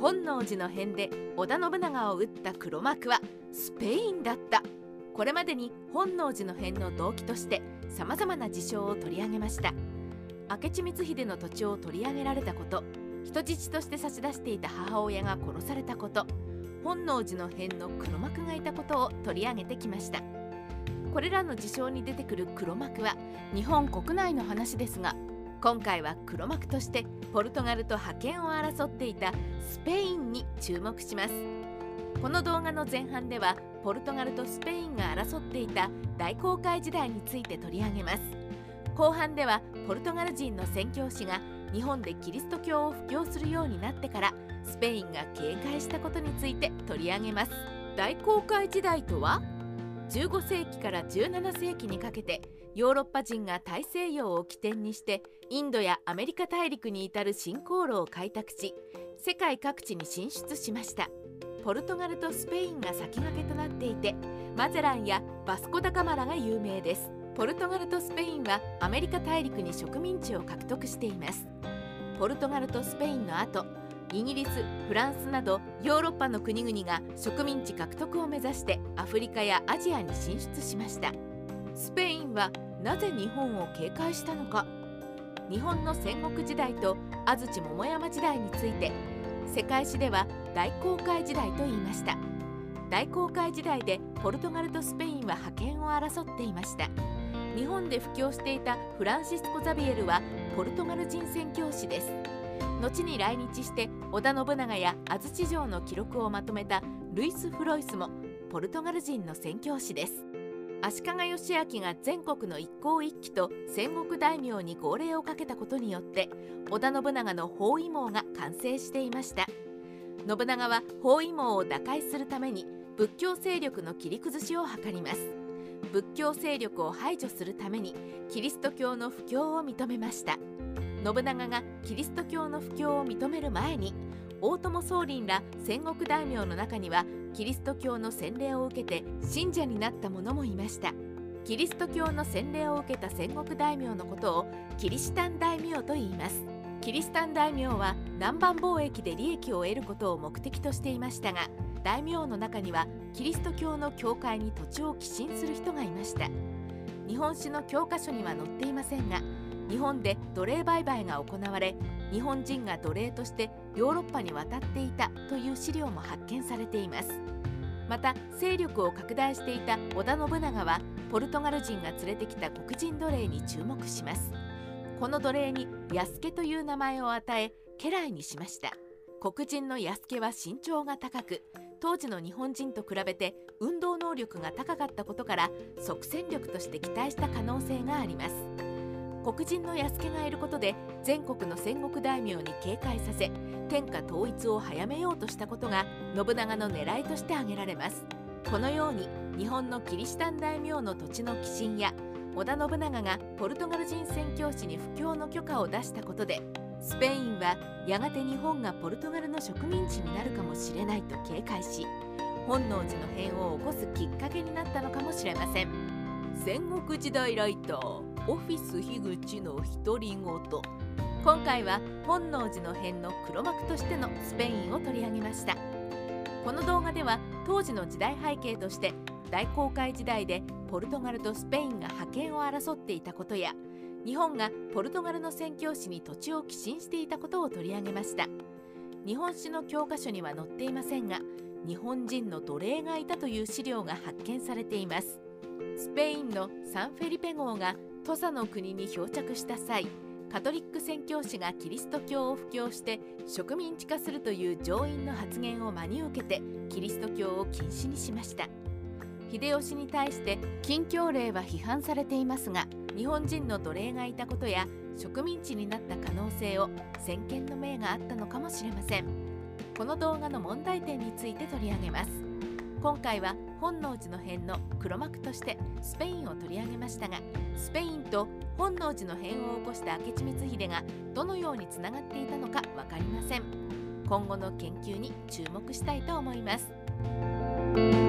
本能寺の変で織田信長を討った黒幕はスペインだった。これまでに本能寺の変の動機としてさまざまな事象を取り上げました。明智光秀の土地を取り上げられたこと、人質として差し出していた母親が殺されたこと、本能寺の変の黒幕がいたことを取り上げてきました。これらの事象に出てくる黒幕は日本国内の話ですが、今回は黒幕としてポルトガルと覇権を争っていたスペインに注目します。この動画の前半ではポルトガルとスペインが争っていた大航海時代について取り上げます。後半ではポルトガル人の宣教師が日本でキリスト教を布教するようになってからスペインが警戒したことについて取り上げます。大航海時代とは15世紀から17世紀にかけてヨーロッパ人が大西洋を起点にしてインドやアメリカ大陸に至る新航路を開拓し、世界各地に進出しました。ポルトガルとスペインが先駆けとなっていて、マゼランやバスコ・ダ・ガマラが有名です。ポルトガルとスペインはアメリカ大陸に植民地を獲得しています。ポルトガルとスペインの後、イギリス、フランスなどヨーロッパの国々が植民地獲得を目指してアフリカやアジアに進出しました。スペインはなぜ日本を警戒したのか。日本の戦国時代と安土桃山時代について世界史では大航海時代と言いました。大航海時代でポルトガルとスペインは覇権を争っていました。日本で布教していたフランシスコ・ザビエルはポルトガル人宣教師です。後に来日して織田信長や安土城の記録をまとめたルイス・フロイスもポルトガル人の宣教師です。足利義昭が全国の一向一揆と戦国大名に号令をかけたことによって織田信長の包囲網が完成していました。信長は包囲網を打開するために仏教勢力の切り崩しを図ります。仏教勢力を排除するためにキリスト教の布教を認めました。信長がキリスト教の布教を認める前に大友宗麟ら戦国大名の中にはキリスト教の洗礼を受けて信者になった者もいました。キリスト教の洗礼を受けた戦国大名のことをキリシタン大名と言います。キリシタン大名は南蛮貿易で利益を得ることを目的としていましたが、大名の中にはキリスト教の教会に土地を寄進する人がいました。日本史の教科書には載っていませんが、日本で奴隷売買が行われ、日本人が奴隷としてヨーロッパに渡っていたという資料も発見されています。また勢力を拡大していた織田信長はポルトガル人が連れてきた黒人奴隷に注目します。この奴隷に安家という名前を与え家来にしました。黒人の安家は身長が高く、当時の日本人と比べて運動能力が高かったことから即戦力として期待した可能性があります。黒人の安家がいることで全国の戦国大名に警戒させ、天下統一を早めようとしたことが信長の狙いとして挙げられます。このように日本のキリシタン大名の土地の寄進や織田信長がポルトガル人宣教師に布教の許可を出したことで、スペインはやがて日本がポルトガルの植民地になるかもしれないと警戒し、本能寺の変を起こすきっかけになったのかもしれません。戦国時代ライターオフィス樋口の独り言。今回は本能寺の変の黒幕としてのスペインを取り上げました。この動画では当時の時代背景として大航海時代でポルトガルとスペインが覇権を争っていたことや、日本がポルトガルの宣教師に土地を寄進していたことを取り上げました。日本史の教科書には載っていませんが、日本人の奴隷がいたという資料が発見されています。スペインのサンフェリペ号が土佐の国に漂着した際、カトリック宣教師がキリスト教を布教して植民地化するという上院の発言を真に受けてキリスト教を禁止にしました。秀吉に対して禁教令は批判されていますが、日本人の奴隷がいたことや植民地になった可能性を先見の明があったのかもしれません。この動画の問題点について取り上げます。今回は本能寺の変の黒幕としてスペインを取り上げましたが、スペインと本能寺の変を起こした明智光秀がどのようにつながっていたのか分かりません。今後の研究に注目したいと思います。